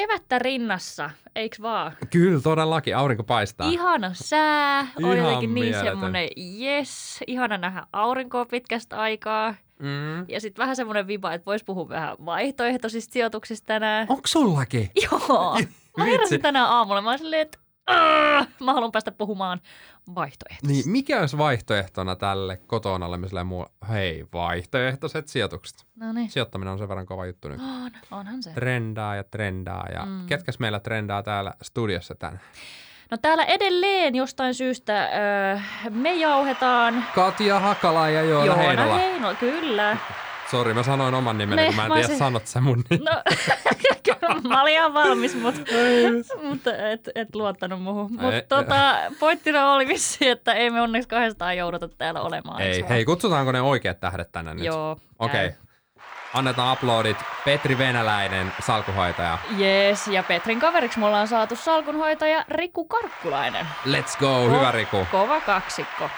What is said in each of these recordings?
kevättä rinnassa, eiks vaan? Kyllä, todellakin. Aurinko paistaa. Ihana sää. On Ihan jotenkin niin mieletön. semmoinen, ihana nähdä aurinkoa pitkästä aikaa. Ja sitten vähän semmoinen viba, että vois puhua vähän vaihtoehtoisista sijoituksista tänään. Onko sullakin? Joo. Mä heräsin tänään aamulla. Mä olin silleen, että mä haluan päästä puhumaan vaihtoehtoisista. Niin, mikä olisi vaihtoehtona tälle kotona olemiselle muu? Hei, vaihtoehtoiset sijoitukset. No niin. Sijoittaminen on sen verran kova juttu nyt. Onhan se. Trendaa. Ja ketkäs meillä trendaa täällä studiossa tänään? No täällä edelleen jostain syystä me jauhetaan. Katja Hakala ja Joona Heinola. Kyllä. Sori, mä sanoin oman nimeni, kun mä en tiedä sanot sä mun nimi. No, mä olin ihan valmis, mutta et luottanut muuhun. Mutta pointtina oli vissi, että ei me onneksi 200 jouduta täällä olemaan. Ei, hei, kutsutaanko ne oikeat tähdet tänne nyt? Joo. Okei. Annetaan uploadit. Petri Venäläinen, salkunhoitaja. Jees, ja Petrin kaveriksi me ollaan saatu salkunhoitaja Riku Karkkulainen. Let's go, hyvä Riku. Kova kaksikko.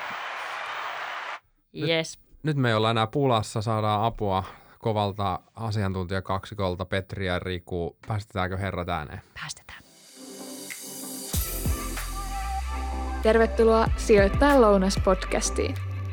Jees. Nyt me ei olla enää pulassa, saadaan apua kovalta asiantuntijakaksikolta Petri ja Riku. Päästetäänkö herrat ääneen? Päästetään. Tervetuloa Sijoittaa lounas-podcastiin.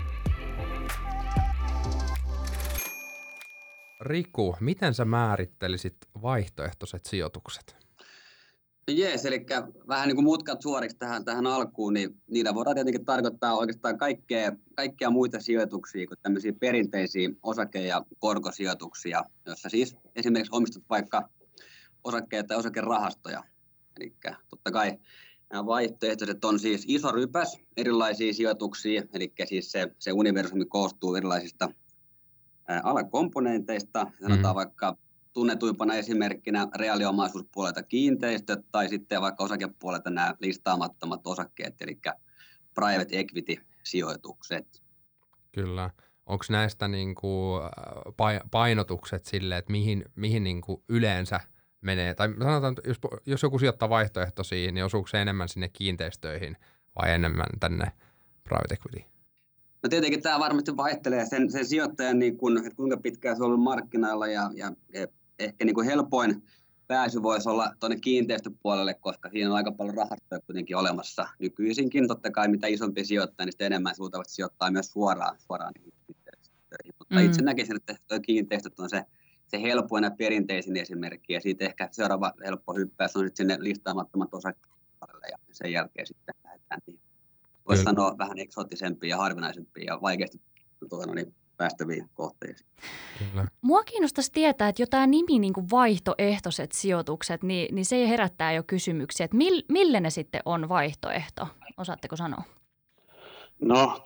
Riku, miten sä määrittelisit vaihtoehtoiset sijoitukset? Jees, eli vähän niin kuin mutkat suoriksi tähän alkuun, niin niillä voidaan tietenkin tarkoittaa oikeastaan kaikkia muita sijoituksia kuin tämmöisiä perinteisiä osake- ja korkosijoituksia, joissa siis esimerkiksi omistat vaikka osakkeita tai osakerahastoja. Eli totta kai nämä vaihtoehtoiset on siis iso rypäs erilaisia sijoituksia, eli siis se universumi koostuu erilaisista alakomponenteista, sanotaan vaikka tunnetuimpana esimerkkinä reaaliomaisuuspuolelta kiinteistöt tai sitten vaikka osakepuolelta nämä listaamattomat osakkeet, eli private equity-sijoitukset. Kyllä. Onko näistä niinku painotukset sille, että mihin niinku yleensä menee? Tai sanotaan, jos joku sijoittaa vaihtoehtoisiin, niin osuuko se enemmän sinne kiinteistöihin vai enemmän tänne private equity? No tietenkin tämä varmasti vaihtelee sen sijoittajan, niin kuinka pitkään se on ollut markkinoilla ja ehkä niin kuin helpoin pääsy voisi olla tuonne kiinteistöpuolelle, koska siinä on aika paljon rahastoja kuitenkin olemassa nykyisinkin. Totta kai mitä isompi sijoittaja, niin sitä enemmän suutavat sijoittaa myös suoraan kiinteistöihin. Mutta itse näkisin, että tuo kiinteistöt on se helpoin ja perinteisin esimerkki. Ja siitä ehkä seuraava helppo hyppäys on sitten sinne listaamattomat osakkeet ja sen jälkeen sitten lähdetään niin. Voisi sanoa vähän eksoottisempia ja harvinaisempia ja vaikeasti päästäviä kohteisiin. Kyllä. Mua kiinnostaisi tietää, että jo tämä nimi niin kuin vaihtoehtoiset sijoitukset, niin se herättää jo kysymyksiä, että mille ne sitten on vaihtoehto? Osaatteko sanoa? No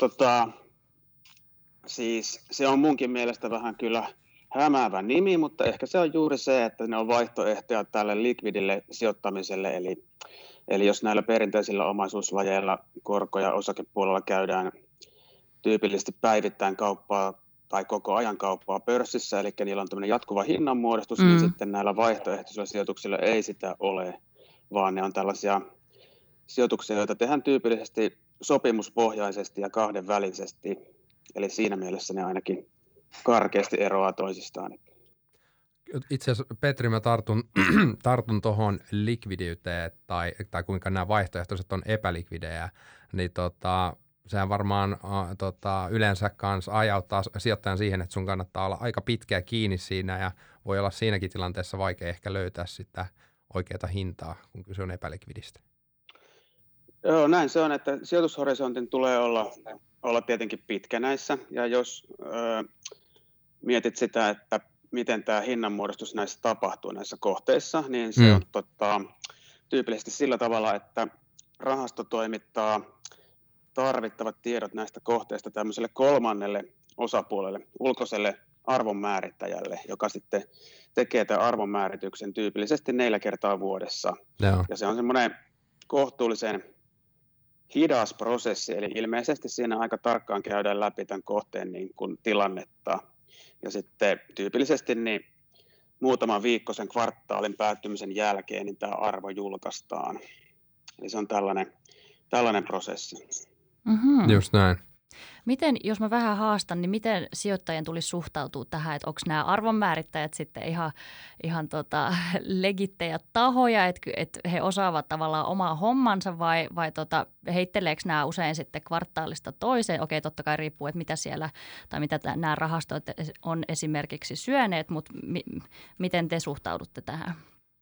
siis se on munkin mielestä vähän kyllä hämäävä nimi, mutta ehkä se on juuri se, että ne on vaihtoehtoja tälle likvidille sijoittamiselle, Eli jos näillä perinteisillä omaisuuslajeilla korko- ja osakepuolella käydään tyypillisesti päivittäin kauppaa tai koko ajan kauppaa pörssissä, eli niillä on tämmöinen jatkuva hinnanmuodostus, niin sitten näillä vaihtoehtoisilla sijoituksilla ei sitä ole, vaan ne on tällaisia sijoituksia, joita tehdään tyypillisesti sopimuspohjaisesti ja kahdenvälisesti, eli siinä mielessä ne ainakin karkeasti eroaa toisistaan. Itse asiassa, Petri, mä tartun tuohon likvidiyteen tai kuinka nämä vaihtoehtoiset on epälikvidejä, niin sehän varmaan yleensä kanssa ajauttaa sijoittajan siihen, että sun kannattaa olla aika pitkään kiinni siinä ja voi olla siinäkin tilanteessa vaikea ehkä löytää sitä oikeaa hintaa, kun kyse on epälikvidistä. Joo, näin se on, että sijoitushorisontin tulee olla tietenkin pitkä näissä, ja jos mietit sitä, että miten tämä hinnanmuodostus näissä tapahtuu näissä kohteissa, niin se on tyypillisesti sillä tavalla, että rahasto toimittaa tarvittavat tiedot näistä kohteista tämmöiselle kolmannelle osapuolelle, ulkoiselle arvonmäärittäjälle, joka sitten tekee tämän arvonmäärityksen tyypillisesti 4 kertaa vuodessa. Joo. Ja se on semmoinen kohtuullisen hidas prosessi, eli ilmeisesti siinä aika tarkkaan käydään läpi tämän kohteen niin kuin tilannetta. Ja sitten tyypillisesti niin muutaman viikko sen kvartaalin päättymisen jälkeen niin tämä arvo julkaistaan. Eli se on tällainen prosessi. Mm-hmm. Just näin. Miten, jos mä vähän haastan, niin miten sijoittajien tulisi suhtautua tähän, että onko nämä arvonmäärittäjät sitten ihan legittejä tahoja, että he osaavat tavallaan omaa hommansa vai heitteleekö nämä usein sitten kvartaalista toiseen? Okei, totta kai riippuu, että mitä siellä tai mitä nämä rahastot on esimerkiksi syöneet, mutta miten te suhtaudutte tähän?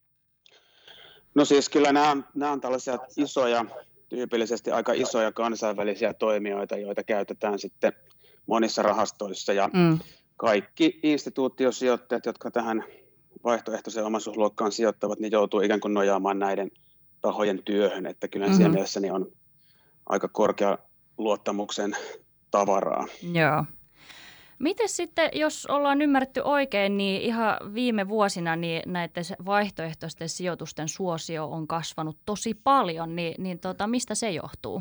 No siis kyllä nämä on tällaisia isoja, tyypillisesti aika isoja kansainvälisiä toimijoita, joita käytetään sitten monissa rahastoissa ja kaikki instituutiosijoittajat, jotka tähän vaihtoehtoiseen omaisuusluokkaan sijoittavat, niin joutuu ikään kuin nojaamaan näiden tahojen työhön, että kyllä siinä mielessä niin on aika korkea luottamuksen tavaraa. Joo. Miten sitten, jos ollaan ymmärretty oikein, niin ihan viime vuosina niin näiden vaihtoehtoisten sijoitusten suosio on kasvanut tosi paljon, niin mistä se johtuu?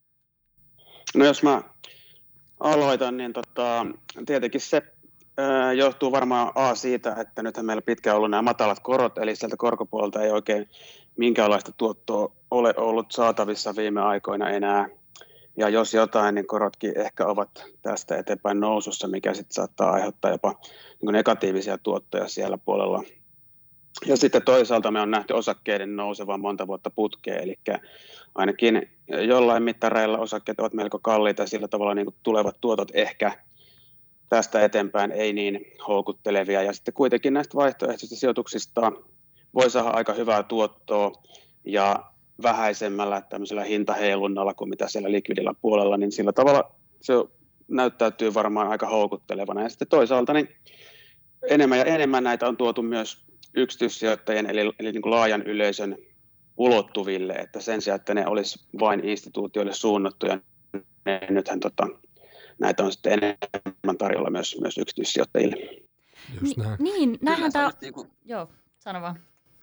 No jos mä aloitan, niin tietenkin se johtuu varmaan siitä, että nythän meillä pitkään ollut nämä matalat korot, eli sieltä korkopuolelta ei oikein minkäänlaista tuottoa ole ollut saatavissa viime aikoina enää. Ja jos jotain, niin korotkin ehkä ovat tästä eteenpäin nousussa, mikä sitten saattaa aiheuttaa jopa negatiivisia tuottoja siellä puolella. Ja sitten toisaalta me on nähty osakkeiden nousevan monta vuotta putkeen, eli ainakin jollain mittareilla osakkeet ovat melko kalliita, sillä tavalla niin kuin tulevat tuotot ehkä tästä eteenpäin ei niin houkuttelevia. Ja sitten kuitenkin näistä vaihtoehtoisista sijoituksista voi saada aika hyvää tuottoa ja vähäisemmällä tämmöisellä hintaheilunnalla kuin mitä siellä likvidillä puolella, niin sillä tavalla se näyttäytyy varmaan aika houkuttelevana. Ja sitten toisaalta niin enemmän ja enemmän näitä on tuotu myös yksityissijoittajien eli niin kuin laajan yleisön ulottuville, että sen sijaan, että ne olisi vain instituutioille suunnattuja, nythän näitä on sitten enemmän tarjolla myös yksityissijoittajille. Just näin. Niin, näinhän tämä... Joo, sano vaan.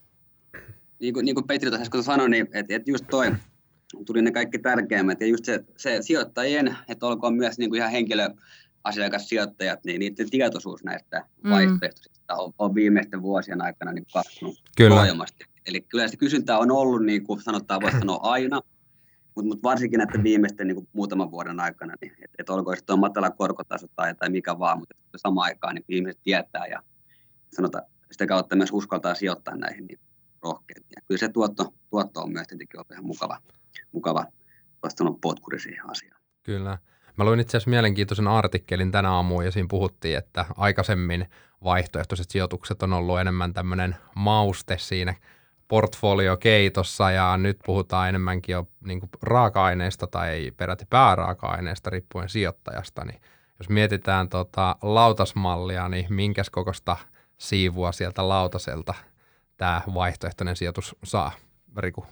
Niin kuin Petri tuossa äsken sanoi, niin että just toi tuli ne kaikki tärkeimmät. Ja just se sijoittajien, että olkoon myös niin kuin ihan henkilöasiakassijoittajat, niin niiden tietoisuus näistä vaihtoehtoisista on viimeisten vuosien aikana niin kasvanut laajasti. Eli kyllä sitä kysyntää on ollut, niin kuin sanotaan, voisi sanoa aina, mutta varsinkin näiden viimeisten niin kuin muutaman vuoden aikana, niin että olkoon sitten on matala korkotaso tai mikä vaan, mutta samaan aikaan niin ihmiset tietää ja sanotaan, sitä kautta myös uskaltaa sijoittaa näihin niin rohkeammin. Ja kyllä se tuotto on myös tietenkin ollut ihan mukava voisi sanoa potkuri siihen asiaan. Kyllä. Mä luin itse asiassa mielenkiintoisen artikkelin tänä aamuun ja siinä puhuttiin, että aikaisemmin vaihtoehtoiset sijoitukset on ollut enemmän tämmöinen mauste siinä portfoliokeitossa ja nyt puhutaan enemmänkin jo niin kuin raaka-aineista tai peräti pääraaka-aineista riippuen sijoittajasta. Niin jos mietitään lautasmallia, niin minkäs kokoista siivua sieltä lautaselta tämä vaihtoehtoinen sijoitus saa, Riku?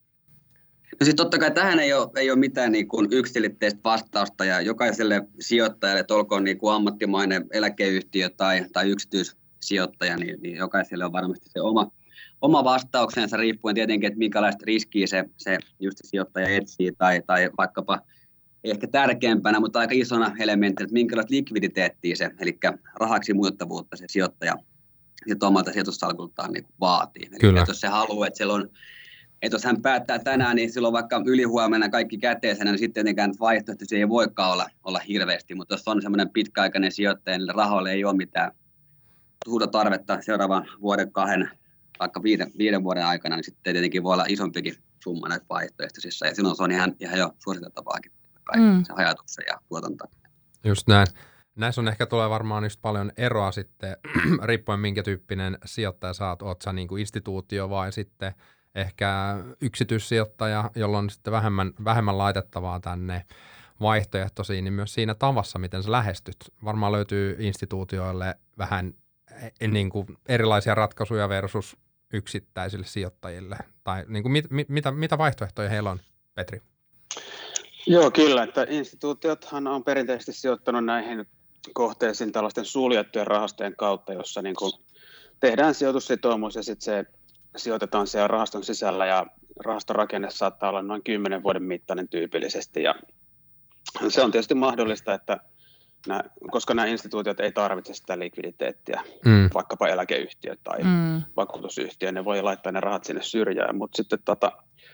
No siis totta kai tähän ei ole mitään niin kuin yksiselitteistä vastausta ja jokaiselle sijoittajalle, että olkoon niin kuin ammattimainen eläkeyhtiö tai yksityissijoittaja, niin jokaiselle on varmasti se oma vastauksensa riippuen tietenkin, että minkälaista riskiä se just se sijoittaja etsii tai vaikkapa ehkä tärkeämpänä, mutta aika isona elementtinä, että minkälaista likviditeettiä se, eli rahaksi muutettavuutta se sijoittaja omalta sijoitussalkultaan niin vaatii. Eli jos se haluaa, että että jos hän päättää tänään, niin silloin vaikka ylihuomenna kaikki käteisenä, niin sitten tietenkään vaihtoehtoisia ei voikaan olla hirveästi, mutta jos on semmoinen pitkäaikainen sijoittaja, niin rahoille ei ole mitään suurta tarvetta seuraavan vuoden, 2, vaikka 5 vuoden aikana, niin sitten tietenkin voi olla isompikin summa näissä vaihtoehtoisissa, ja silloin se on ihan jo suositeltavaakin se ajatuksen ja tuotanto. Just näin. Näissä on ehkä tulee varmaan just paljon eroa sitten, riippuen minkä tyyppinen sijoittaja saat, oot sä niin kuin instituutio vai sitten ehkä yksityissijoittaja, jolloin on sitten vähemmän laitettavaa tänne vaihtoehtoisiin, niin myös siinä tavassa, miten sä lähestyt. Varmaan löytyy instituutioille vähän niin kuin erilaisia ratkaisuja versus yksittäisille sijoittajille. Tai niin kuin mitä vaihtoehtoja heillä on, Petri? Joo, kyllä. Että instituutiothan on perinteisesti sijoittanut näihin kohteisiin tällaisten suljettujen rahastojen kautta, jossa niin kuin tehdään sijoitussitoumus ja sitten se sijoitetaan siellä rahaston sisällä ja rahaston rakenne saattaa olla noin 10 vuoden mittainen tyypillisesti. Ja se on tietysti mahdollista, että koska nämä instituutiot ei tarvitse sitä likviditeettiä, vaikkapa eläkeyhtiö tai vakuutusyhtiö, ne voi laittaa ne rahat sinne syrjään, mutta sitten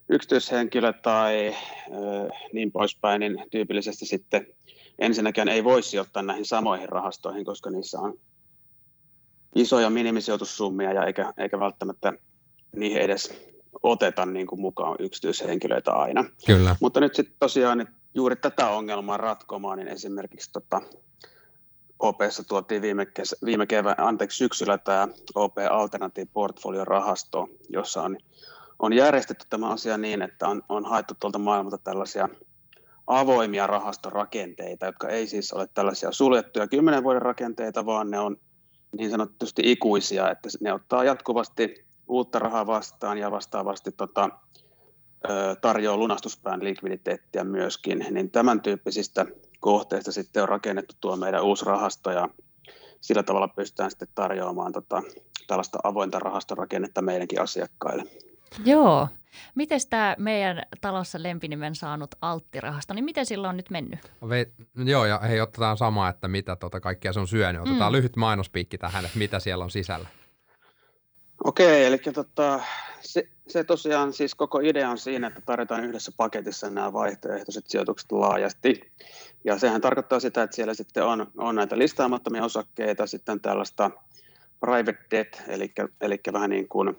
yksityishenkilö tai niin poispäin, niin tyypillisesti sitten ensinnäkään ei voi sijoittaa näihin samoihin rahastoihin, koska niissä on isoja minimisijoitussummia ja eikä välttämättä niihin edes oteta niin kuin mukaan yksityishenkilöitä aina. Kyllä. Mutta nyt sitten tosiaan niin juuri tätä ongelmaa ratkomaan, niin esimerkiksi OP:ssa tuotiin syksyllä tämä OP Alternative Portfolio Rahasto, jossa on järjestetty tämä asia niin, että on haettu tuolta maailmalta tällaisia avoimia rahastorakenteita, jotka ei siis ole tällaisia suljettuja 10 vuoden rakenteita, vaan ne on niin sanotusti ikuisia, että ne ottaa jatkuvasti uutta rahaa vastaan ja vastaavasti tarjoaa lunastuspään likviditeettiä myöskin, niin tämän tyyppisistä kohteista sitten on rakennettu tuo meidän uusi rahasto ja sillä tavalla pystytään sitten tarjoamaan tällaista avointa rahastorakennetta meidänkin asiakkaille. Joo. Miten tämä meidän talossa lempinimen saanut Altti-rahasto, niin miten sillä on nyt mennyt? Joo, ja hei, otetaan samaa, että mitä kaikkea se on syönyt. Otetaan lyhyt mainospiikki tähän, että mitä siellä on sisällä. Okei, eli se tosiaan siis koko idea on siinä, että tarjotaan yhdessä paketissa nämä vaihtoehtoiset sijoitukset laajasti. Ja sehän tarkoittaa sitä, että siellä sitten on näitä listaamattomia osakkeita, sitten tällaista private debt, eli vähän niin kuin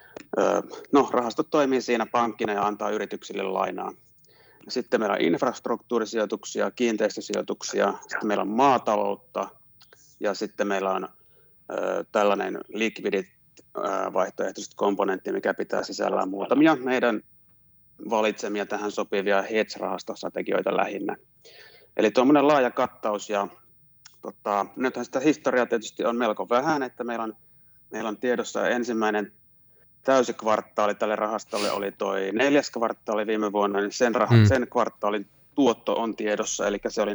rahastot toimii siinä pankkina ja antaa yrityksille lainaa. Sitten meillä on infrastruktuurisijoituksia, kiinteistösijoituksia, sitten meillä on maataloutta ja sitten meillä on tällainen liquidit vaihtoehtoiset komponentti, mikä pitää sisällään muutamia meidän valitsemia tähän sopivia hedge-rahastostrategioita lähinnä. Eli tuommoinen laaja kattaus ja nythän sitä historiaa tietysti on melko vähän, että meillä on tiedossa ensimmäinen täysi kvartaali tälle rahastolle oli toi 4. kvartaali viime vuonna, niin sen kvartaalin tuotto on tiedossa, eli se oli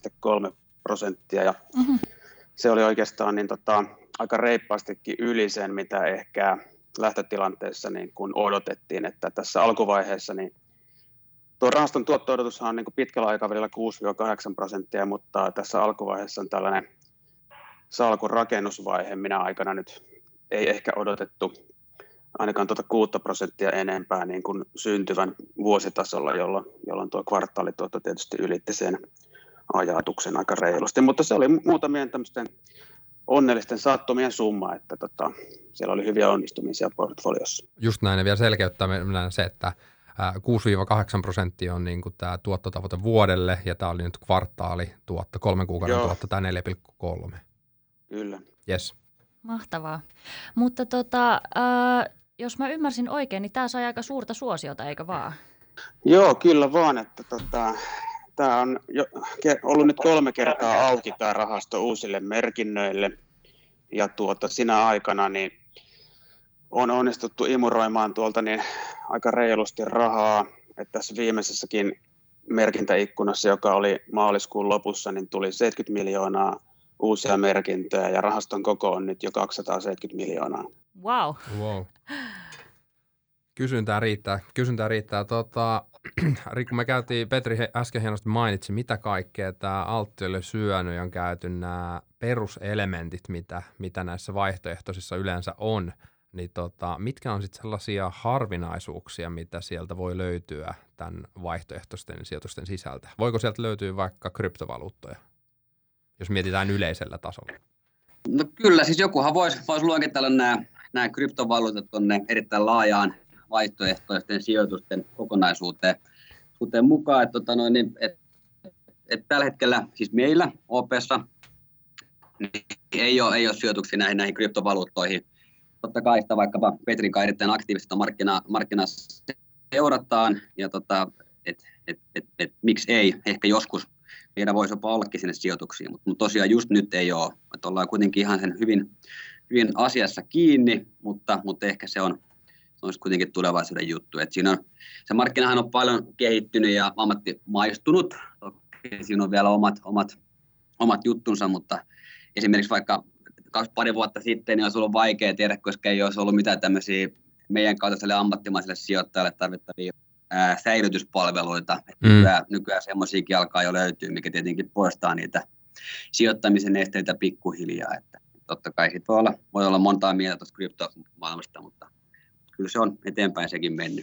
4,3% ja se oli oikeastaan niin aika reippaastikin yli sen, mitä ehkä lähtötilanteessa niin kun odotettiin, että tässä alkuvaiheessa niin tuo rahaston tuotto-odotushan on niin kuin pitkällä aikavälillä 6-8%, mutta tässä alkuvaiheessa on tällainen salkun rakennusvaihe. Minä aikana nyt ei ehkä odotettu ainakaan 6% enempää niin kuin syntyvän vuositasolla, jolloin tuo kvartaalituotto tietysti ylitti sen ajatuksen aika reilusti. Mutta se oli muutamien tämmöisten onnellisten sattumien summa, että siellä oli hyviä onnistumisia portfoliossa. Just näin, ja vielä selkeyttää se, että 6-8% on niin kuin tämä tuottotavoite vuodelle, ja tämä oli nyt kvartaalituotto, 3 kuukauden tuotto, tämä 4,3. Kyllä. Yes. Mahtavaa. Mutta jos mä ymmärsin oikein, niin tämä sai aika suurta suosiota, eikö vaan? Joo, kyllä vaan, että tämä on ollut nyt 3 kertaa auki tämä rahasto uusille merkinnöille, ja sinä aikana niin on onnistuttu imuroimaan tuolta niin aika reilusti rahaa, että tässä viimeisessäkin merkintäikkunassa, joka oli maaliskuun lopussa, niin tuli 70 miljoonaa uusia merkintöjä ja rahaston koko on nyt jo 270 miljoonaa. Wow. Kysyntää riittää. Riku, me käytiin, Petri äsken hienosti mainitsi, mitä kaikkea tämä Altti oli syönyt ja on käyty nämä peruselementit, mitä näissä vaihtoehtoisissa yleensä on. Niin mitkä on sitten sellaisia harvinaisuuksia, mitä sieltä voi löytyä tämän vaihtoehtoisten sijoitusten sisältä? Voiko sieltä löytyä vaikka kryptovaluuttoja, jos mietitään yleisellä tasolla? No kyllä, siis jokuhan voisi luokitella nämä kryptovaluutat tuonne erittäin laajaan vaihtoehtoisten sijoitusten kokonaisuuteen mukaan. Että tällä hetkellä siis meillä OP:ssa niin ei ole sijoituksia näihin kryptovaluuttoihin. Totta kai sitä vaikkapa Petrin kanssa erittäin aktiivisesti markkinaa seurataan, ja miksi ei, ehkä joskus meidän voisi jopa ollakin sinne sijoituksiin, mutta tosiaan just nyt ei ole, että ollaan kuitenkin ihan sen hyvin asiassa kiinni, mutta ehkä se on kuitenkin tulevaisuuden juttu, että siinä se markkinahan on paljon kehittynyt ja ammattimaistunut, toki siinä on vielä omat juttunsa, mutta esimerkiksi vaikka pari vuotta sitten niin olisi ollut vaikea tehdä, koska ei olisi ollut mitään tämmöisiä meidän kaltaiselle ammattimaiselle sijoittajalle tarvittavia säilytyspalveluita. Nykyään semmoisiakin alkaa jo löytyä, mikä tietenkin poistaa niitä sijoittamisen esteitä pikkuhiljaa. Että totta kai sit voi olla montaa mieltä tuosta kryptomaailmasta, mutta kyllä se on eteenpäin sekin mennyt.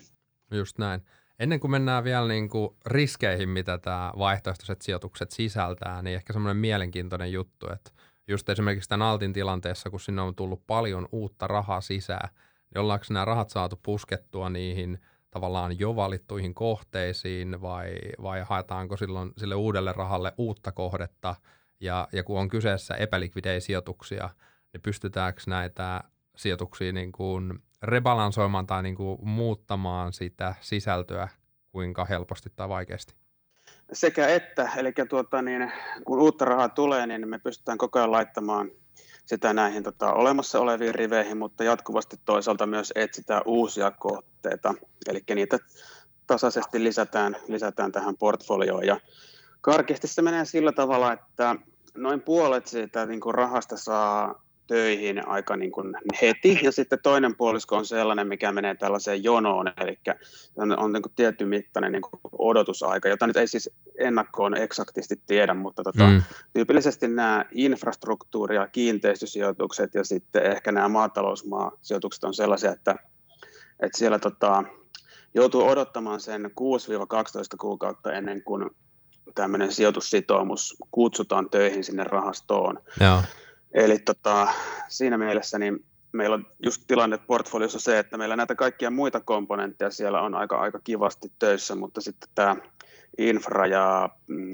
Just näin. Ennen kuin mennään vielä niin kuin riskeihin, mitä tämä vaihtoehtoiset sijoitukset sisältää, niin ehkä semmoinen mielenkiintoinen juttu, että just esimerkiksi tämän Altin tilanteessa, kun sinne on tullut paljon uutta rahaa sisään, niin ollaanko nämä rahat saatu puskettua niihin tavallaan jo valittuihin kohteisiin vai haetaanko silloin sille uudelle rahalle uutta kohdetta ja kun on kyseessä epälikvidejä sijoituksia, niin pystytäänkö näitä sijoituksia niin kuin rebalansoimaan tai niin kuin muuttamaan sitä sisältöä kuinka helposti tai vaikeasti? Sekä että, eli kun uutta rahaa tulee, niin me pystytään koko ajan laittamaan sitä näihin olemassa oleviin riveihin, mutta jatkuvasti toisaalta myös etsitään uusia kohteita, eli niitä tasaisesti lisätään tähän portfolioon. Ja karkeasti se menee sillä tavalla, että noin puolet siitä niin kuin rahasta saa töihin aika niin kuin heti, ja sitten toinen puolisko on sellainen, mikä menee tällaiseen jonoon, eli on niin kuin tietyn mittainen niin kuin odotusaika, jota nyt ei siis ennakkoon eksaktisti tiedä, mutta tyypillisesti nämä infrastruktuuri- ja kiinteistösijoitukset ja sitten ehkä nämä maatalousmaasijoitukset on sellaisia, että siellä joutuu odottamaan sen 6-12 kuukautta ennen kuin tämmöinen sijoitussitoumus kutsutaan töihin sinne rahastoon. Joo. Eli siinä mielessä niin meillä on just tilanne portfoliossa se, että meillä näitä kaikkia muita komponentteja siellä on aika kivasti töissä, mutta sitten tämä infra ja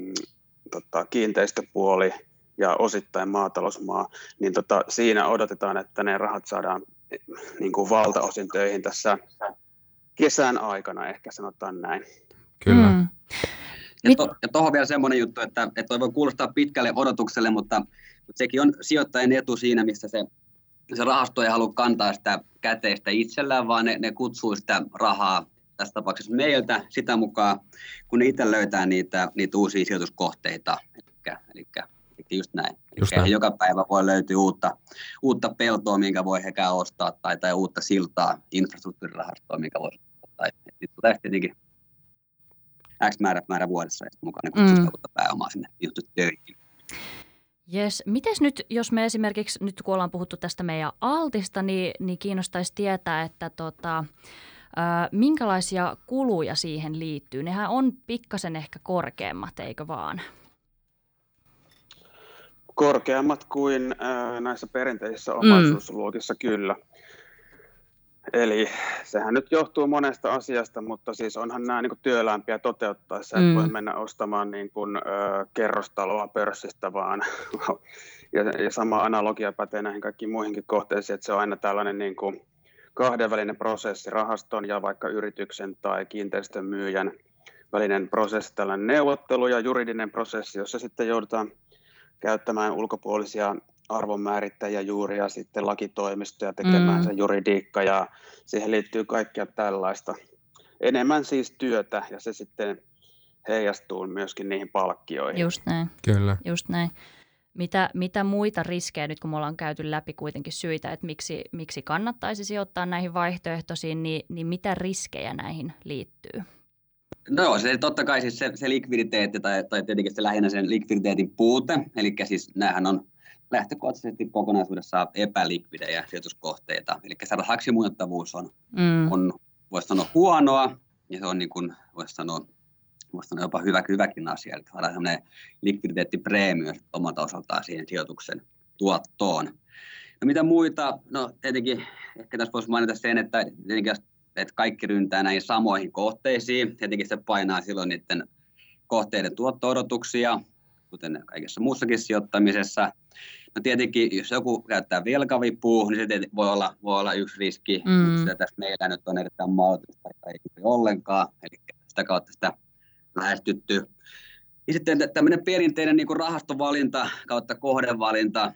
kiinteistöpuoli ja osittain maatalousmaa, niin siinä odotetaan, että ne rahat saadaan niin kuin valtaosin töihin tässä kesän aikana, ehkä sanotaan näin. Kyllä. Ja tuohon vielä semmoinen juttu, että toi voi kuulostaa pitkälle odotukselle, mutta sekin on sijoittajan etu siinä, missä se rahasto ei halua kantaa sitä käteistä itsellään, vaan ne kutsuu sitä rahaa tässä tapauksessa meiltä sitä mukaan, kun ne itse löytää niitä uusia sijoituskohteita. Eli just näin. Eli joka päivä voi löytyä uutta peltoa, minkä voi hekään ostaa, tai uutta siltaa, infrastruktuurirahastoa, minkä voi ostaa. Tai tulee tietenkin X määrä vuodessa, ja mukaan ne kutsuu uutta pääomaa sinne töihin. Jes. Mites nyt, jos me esimerkiksi, nyt kun ollaan puhuttu tästä meidän Altista, niin kiinnostaisi tietää, että minkälaisia kuluja siihen liittyy? Nehän on pikkasen ehkä korkeammat, eikö vaan? Korkeammat kuin näissä perinteisissä omaisuusluokissa, kyllä. Eli sehän nyt johtuu monesta asiasta, mutta siis onhan nämä niin kuin työläämpiä toteuttaessa, että voi mennä ostamaan niin kuin, kerrostaloa pörssistä vaan. Ja sama analogia pätee näihin kaikkiin muihinkin kohteisiin, että se on aina tällainen niin kuin kahdenvälinen prosessi, rahaston ja vaikka yrityksen tai kiinteistön myyjän välinen prosessi, tällainen neuvottelu ja juridinen prosessi, jossa sitten joudutaan käyttämään ulkopuolisia arvonmäärittäjiä juuri ja sitten lakitoimistoja tekemään se juridiikka ja siihen liittyy kaikkea tällaista. Enemmän siis työtä ja se sitten heijastuu myöskin niihin palkkioihin. Just näin. Kyllä. Just näin. Mitä muita riskejä nyt, kun me ollaan käyty läpi kuitenkin syitä, että miksi kannattaisi sijoittaa näihin vaihtoehtoisiin, niin mitä riskejä näihin liittyy? No se totta kai siis se likviditeetti tai tietenkin se lähinnä sen likviditeetin puute, eli siis näähän on lähtökohtaisesti kokonaisuudessaan epälikvidejä sijoituskohteita, eli se rahaksimuunnettavuus on voisi sanoa huonoa, ja se on niin kuin, voisi sanoa jopa hyväkin asia, eli saadaan sellainen likviditeettipreemio omalta osaltaan siihen sijoituksen tuottoon. No mitä muita? No tietenkin ehkä tässä voisi mainita sen, että kaikki ryntää näihin samoihin kohteisiin, tietenkin se painaa silloin niiden kohteiden tuotto-odotuksia, kuten kaikessa muussakin sijoittamisessa. No tietenkin, jos joku käyttää velkavipua, niin se voi olla yksi riski, mutta se tässä meillä nyt on erittäin mahdollista tai ei ollenkaan, eli sitä kautta sitä lähestytty. Ja sitten tämmöinen perinteinen niin kuin rahastovalinta kautta kohdevalinta,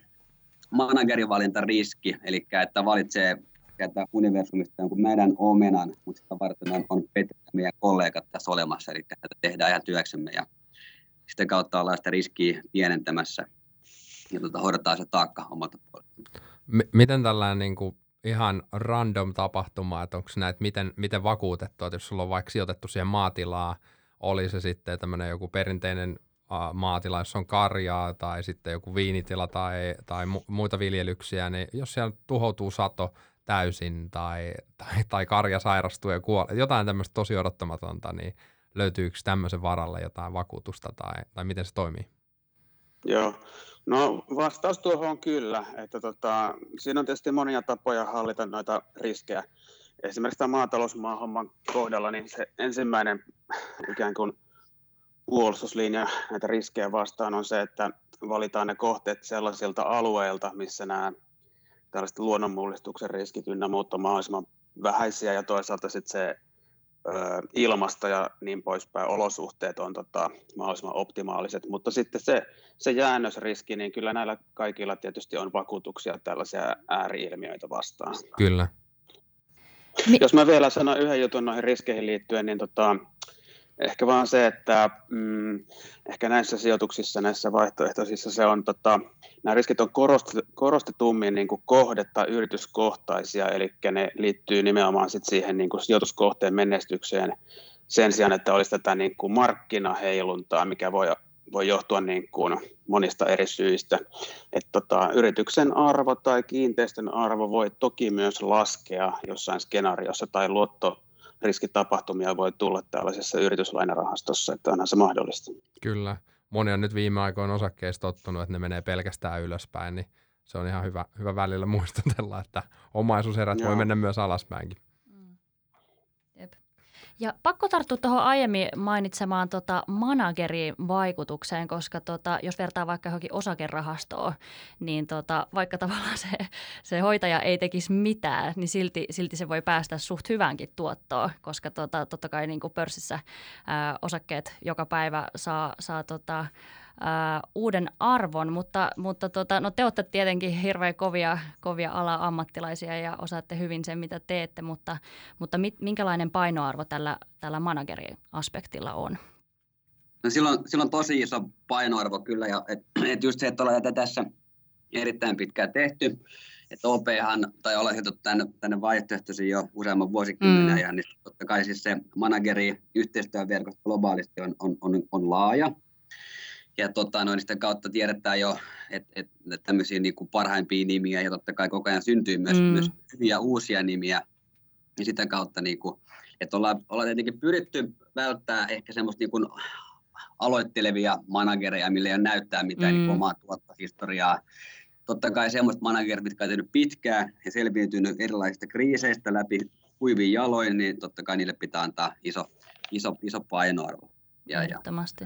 managerivalintariski, eli että valitsee käyttää universumista jonkun meidän omenan, mutta sitä varten on meidän kollegat tässä olemassa, eli tätä tehdään ihan työksemme ja sitä kautta ollaan sitä riskiä pienentämässä ja hoidetaan se taakka omalta puolelta. Miten tällainen niin kuin ihan random tapahtuma, että onko näitä miten vakuutettu, että jos sulla on vaikka sijoitettu siihen maatilaa, oli se sitten tämmöinen joku perinteinen maatila, jossa on karjaa tai sitten joku viinitila tai muita viljelyksiä, niin jos siellä tuhoutuu sato täysin tai karja sairastuu ja kuolee, jotain tämmöistä tosi odottamatonta, niin löytyykö tämmöisen varalle jotain vakuutusta tai miten se toimii? Joo, no vastaus tuohon on kyllä, että siinä on tietysti monia tapoja hallita noita riskejä. Esimerkiksi tämä maatalousmaahomman kohdalla, niin se ensimmäinen ikään kuin puolustuslinja näitä riskejä vastaan on se, että valitaan ne kohteet sellaisilta alueilta, missä nämä tällaiset luonnonmullistuksen riskit ynnä muut on mahdollisimman vähäisiä ja toisaalta sitten se ilmasto ja niin poispäin olosuhteet on mahdollisimman optimaaliset, mutta sitten se jäännösriski, niin kyllä näillä kaikilla tietysti on vakuutuksia tällaisia ääri-ilmiöitä vastaan. Kyllä. Jos mä vielä sanon yhden jutun noihin riskeihin liittyen, niin ehkä vaan se, että ehkä näissä sijoituksissa, näissä vaihtoehtoisissa se on, nämä riskit on korostetummin niin kuin kohde- tai yrityskohtaisia, eli ne liittyy nimenomaan sit siihen niin kuin sijoituskohteen menestykseen sen sijaan, että olisi tätä niin kuin markkinaheiluntaa, mikä voi johtua niin kuin monista eri syistä. Että yrityksen arvo tai kiinteistön arvo voi toki myös laskea jossain skenaariossa tai riskitapahtumia voi tulla tällaisessa yrityslainarahastossa, että onhan se mahdollista. Kyllä. Moni on nyt viime aikoina osakkeista tottunut, että ne menee pelkästään ylöspäin, niin se on ihan hyvä välillä muistutella, että omaisuuserät voi mennä myös alaspäinkin. Jep. Ja pakko tarttua tuohon aiemmin mainitsemaan managerin vaikutukseen, koska jos vertaa vaikka johonkin osakerahastoon, niin vaikka tavallaan se hoitaja ei tekisi mitään, niin silti se voi päästä suht hyvänkin tuottoon, koska totta kai niin kuin pörssissä osakkeet joka päivä saa uuden arvon, mutta no te olette tietenkin hirveän kovia ala-ammattilaisia ja osaatte hyvin sen, mitä teette, mutta minkälainen painoarvo tällä manageri-aspektilla on? No sillä on tosi iso painoarvo kyllä, ja et just se, että ollaan tätä tässä erittäin pitkään tehty, että OPhan, tai ollaan sijoitettu tänne vaihtoehtoisiin jo useamman vuosikymmenen ajan, niin totta kai siis se manageri-yhteistyöverkosto globaalisti on laaja. Ja sitä kautta tiedetään jo, että tämmöisiä niin kuin parhaimpia nimiä ja totta kai koko ajan syntyy myös hyviä uusia nimiä. Ja sitä kautta, niin kuin, että ollaan tietenkin pyritty välttämään ehkä semmoista niin kuin aloittelevia managereja, millä ei ole näyttää mitään niin kuin omaa tuottohistoriaa. Totta kai semmoista managerit, mitkä on tehnyt pitkään ja selviytynyt erilaisista kriiseistä läpi kuivin jaloin, niin totta kai niille pitää antaa iso painoarvo. Ehdottomasti.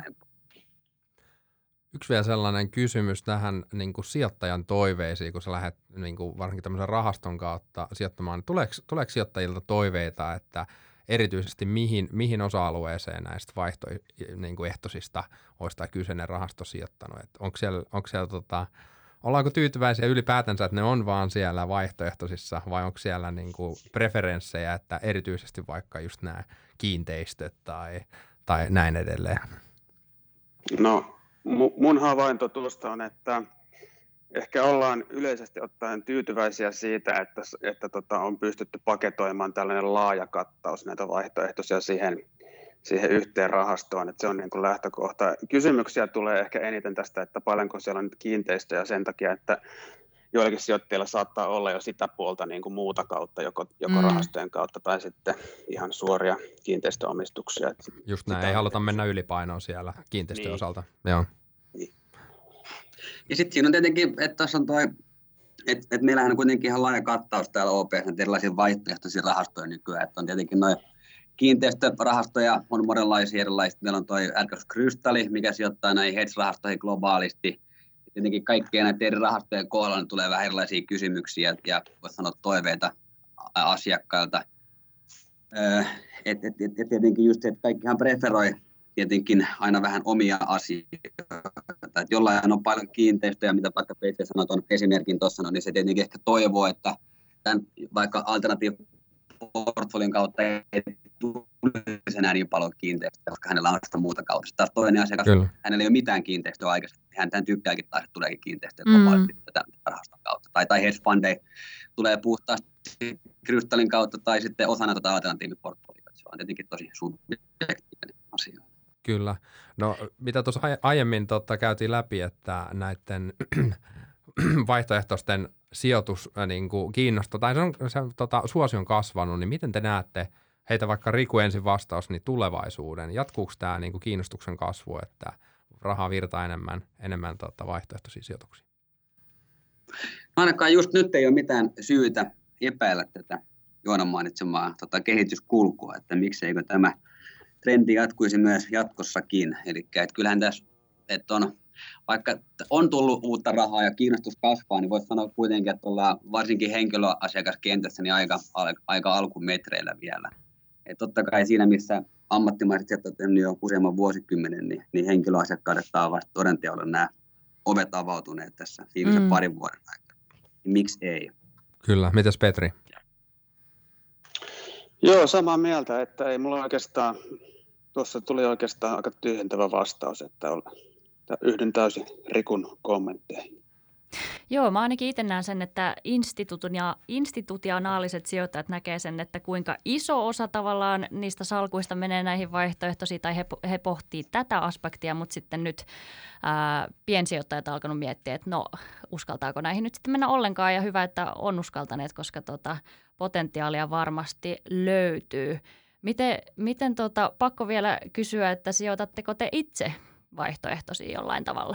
Yksi vielä sellainen kysymys tähän niin kuin sijoittajan toiveisiin, kun sä lähdet niin kuin varsinkin tämmöisen rahaston kautta sijoittamaan, niin tuleeko sijoittajilta toiveita, että erityisesti mihin osa-alueeseen näistä vaihtoehtoisista olisi tämä kyseinen rahasto sijoittanut? Että onko siellä ollaanko tyytyväisiä ylipäätänsä, että ne on vaan siellä vaihtoehtoisissa vai onko siellä niin kuin preferenssejä, että erityisesti vaikka just nämä kiinteistöt tai näin edelleen? No. Mun havainto tuosta on, että ehkä ollaan yleisesti ottaen tyytyväisiä siitä, että on pystytty paketoimaan tällainen laaja kattaus näitä vaihtoehtoisia siihen yhteen rahastoon, että se on niin kuin lähtökohta. Kysymyksiä tulee ehkä eniten tästä, että paljonko siellä on nyt kiinteistöjä sen takia, että joillakin sijoittajilla saattaa olla jo sitä puolta niin kuin muuta kautta, joko rahastojen kautta tai sitten ihan suoria kiinteistöomistuksia. Just näin, ei haluta mennä ylipainoon siellä kiinteistöjen osalta. Joo. Niin. Ja sitten siinä on tietenkin, että tuossa on että meillähän on kuitenkin ihan laaja kattaus täällä OP:ssä erilaisia vaihtoehtoisia rahastoja nykyään, että on tietenkin noin kiinteistörahastoja, on monenlaisia erilaisia. Meillä on toi Argus Crystal, mikä sijoittaa näihin hedge-rahastoihin globaalisti. Tietenkin kaikkien näiden eri rahastojen kohdalla niin tulee vähän erilaisia kysymyksiä ja voisi sanoa toiveita asiakkailta. Tietenkin just se, että kaikkihan preferoi tietenkin aina vähän omia asioita. Että jollain on paljon kiinteistöjä, mitä vaikka PC sanoi tuon esimerkin tuossa, niin se tietenkin ehkä toivoo, että tämän vaikka alternatiiviportfolion kautta ei tulisi enää niin paljon kiinteistöjä, koska hänellä on sitä muuta kautta. Taas toinen asiakas, hänellä ei ole mitään kiinteistöä aikaisemmin. Hän tykkääkin taas, että tuleekin kiinteistöjä globaalisti tätä rahaston kautta. Tai hedge fundeja tulee puhtaasti Crystalin kautta tai sitten osana tätä alternatiiviportfoliota. Se on tietenkin tosi subjektiivinen asia. Kyllä. No mitä tuossa aiemmin käytiin läpi, että näiden vaihtoehtoisten sijoitus niin kuin kiinnostaa, tai suosio on kasvanut, niin miten te näette, heitä vaikka Riku ensin vastaus, niin tulevaisuuden, jatkuuko tämä niin kuin kiinnostuksen kasvu, että rahaa virtaa enemmän vaihtoehtoisia sijoituksia? Ainakaan just nyt ei ole mitään syytä epäillä tätä Joonan mainitsemaa kehityskulkua, että mikseikö tämä trendi jatkuisi myös jatkossakin. Eli kyllähän tässä, että vaikka on tullut uutta rahaa ja kiinnostus kasvaa, niin voisi sanoa kuitenkin, että ollaan varsinkin henkilöasiakaskentässä niin aika alkumetreillä vielä. Et totta kai siinä, missä ammattimaiset sijoittajat on jo useamman vuosikymmenen, niin henkilöasiakkaille vasta todenteolla nämä ovet avautuneet tässä viimeisen parin vuoden aikana. Miksi ei? Kyllä. Mitäs Petri? Joo, samaa mieltä, että ei mulla oikeastaan, tuossa tuli oikeastaan aika tyhjentävä vastaus, että yhdyn täysin Rikun kommentteihin. Joo, mä ainakin itse näen sen, että institutionaaliset sijoittajat näkee sen, että kuinka iso osa tavallaan niistä salkuista menee näihin vaihtoehtoisiin tai he pohtii tätä aspektia, mutta sitten nyt piensijoittajat on alkanut miettiä, että no uskaltaako näihin nyt sitten mennä ollenkaan ja hyvä, että on uskaltaneet, koska potentiaalia varmasti löytyy. Miten pakko vielä kysyä, että sijoitatteko te itse vaihtoehtoisiin jollain tavalla?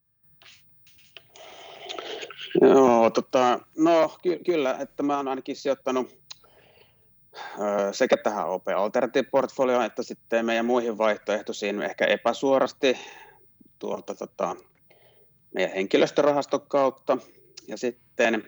Joo, kyllä, että mä oon ainakin sijoittanut sekä tähän OP Alternative-portfolioon että sitten meidän muihin vaihtoehtoisiin ehkä epäsuorasti tuolta meidän henkilöstörahaston kautta ja sitten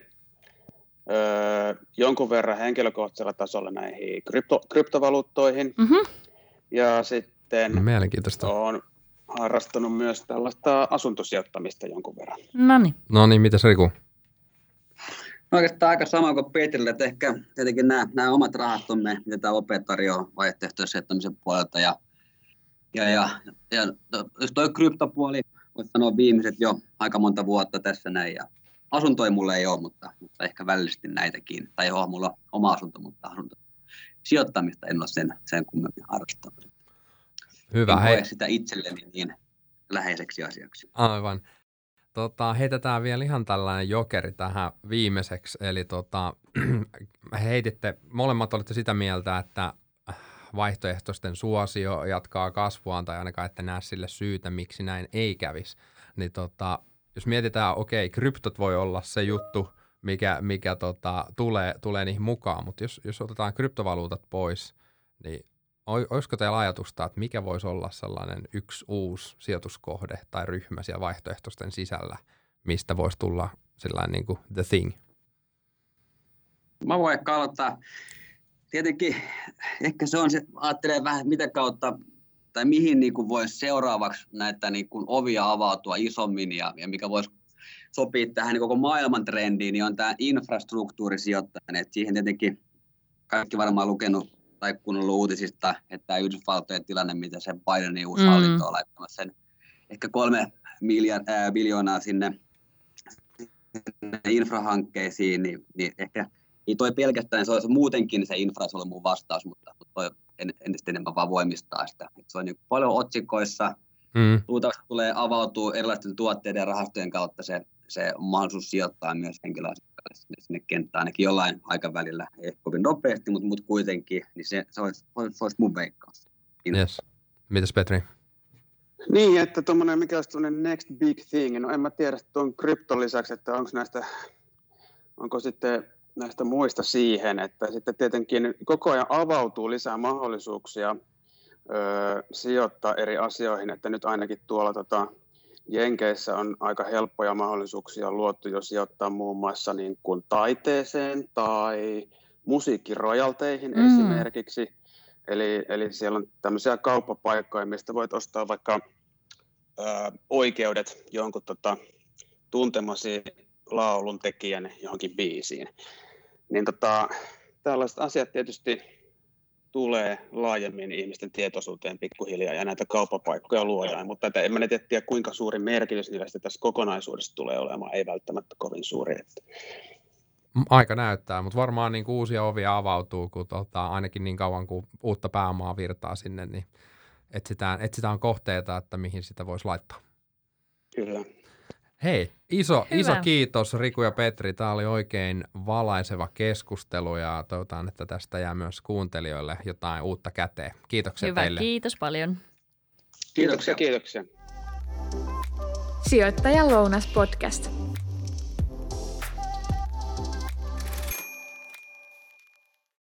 jonkun verran henkilökohtaisella tasolla näihin kryptovaluuttoihin ja sitten mielenkiintoista. Oon harrastanut myös tällaista asuntosijoittamista jonkun verran. No niin, mitäs Riku? No oikeastaan aika sama kuin Petrille, että ehkä tietenkin nämä omat rahastomme, mitä tämä OP tarjoaa vaihtoehtoisijoittamisen puolelta. Ja jos tuo kryptopuoli, voisi sanoa viimeiset jo aika monta vuotta tässä näin. Ja asuntoja mulla ei ole, mutta ehkä välillisesti näitäkin. Tai joo, mulla on oma asunto, mutta sijoittamista en ole sen kummemmin harrastanut. Hyvä. En koe sitä itselleni niin läheiseksi asiaksi. Aivan. Heitetään vielä ihan tällainen jokeri tähän viimeiseksi. Eli molemmat olitte sitä mieltä, että vaihtoehtoisten suosio jatkaa kasvuaan tai ainakaan ette näe sille syytä, miksi näin ei kävisi. Niin jos mietitään, kryptot voi olla se juttu, mikä tulee niihin mukaan, mutta jos otetaan kryptovaluutat pois, niin olisiko teillä ajatusta, että mikä voisi olla sellainen yksi uusi sijoituskohde tai ryhmä siellä vaihtoehtoisten sisällä, mistä voisi tulla sellainen niin kuin the thing? Mä voin ehkä aloittaa. Tietenkin ehkä se on se, ajattelee vähän mitä kautta tai mihin niin kuin voisi seuraavaksi näitä niin kuin ovia avautua isommin ja mikä voisi sopia tähän niin koko maailman trendiin, niin on tämä infrastruktuurisijoittaminen. Siihen tietenkin kaikki varmaan lukenut tai kun on ollut uutisista, että Yhdysvaltojen tilanne, mitä se Bidenin uusi hallinto on laittamassa sen ehkä 3 biljoonaa sinne infrahankkeisiin, niin ehkä ei toi pelkästään, se on muutenkin se infra, se on mun vastaus, mutta toi entistä enemmän vaan voimistaa sitä. Se on niin paljon otsikoissa, luultavasti tulee avautua erilaisten tuotteiden ja rahastojen kautta se mahdollisuus sijoittaa myös henkilöasiakkaille sinne kenttään, ainakin jollain aikavälillä, ei kovin nopeasti, mutta kuitenkin, niin se olisi mun veikkaus. Yes. Mitäs Petri? Niin, että tuommoinen, mikä olisi tuommoinen next big thing, no en mä tiedä tuon krypton lisäksi, että onko sitten näistä muista siihen, että sitten tietenkin koko ajan avautuu lisää mahdollisuuksia sijoittaa eri asioihin, että nyt ainakin tuolla Jenkeissä on aika helppoja mahdollisuuksia luotu jo sijoittaa muun muassa niin kuin taiteeseen tai musiikkirojalteihin esimerkiksi. Eli siellä on tämmöisiä kauppapaikkoja, mistä voit ostaa vaikka oikeudet jonkun tuntemasi laulun tekijän johonkin biisiin. Niin tällaiset asiat tietysti tulee laajemmin ihmisten tietoisuuteen pikkuhiljaa ja näitä kauppapaikkoja luodaan, mutta en mä tiedä kuinka suuri merkitys niillä tässä kokonaisuudessa tulee olemaan, ei välttämättä kovin suuri. Aika näyttää, mutta varmaan niin uusia ovia avautuu, kun ainakin niin kauan kuin uutta pääomaa virtaa sinne, niin etsitään kohteita, että mihin sitä voisi laittaa. Kyllä. Hei, iso kiitos Riku ja Petri. Tämä oli oikein valaiseva keskustelu ja toivotaan, että tästä jää myös kuuntelijoille jotain uutta käteen. Kiitoksia Hyvä, teille. kiitos paljon. Kiitoksia. Sijoittajan lounas podcast.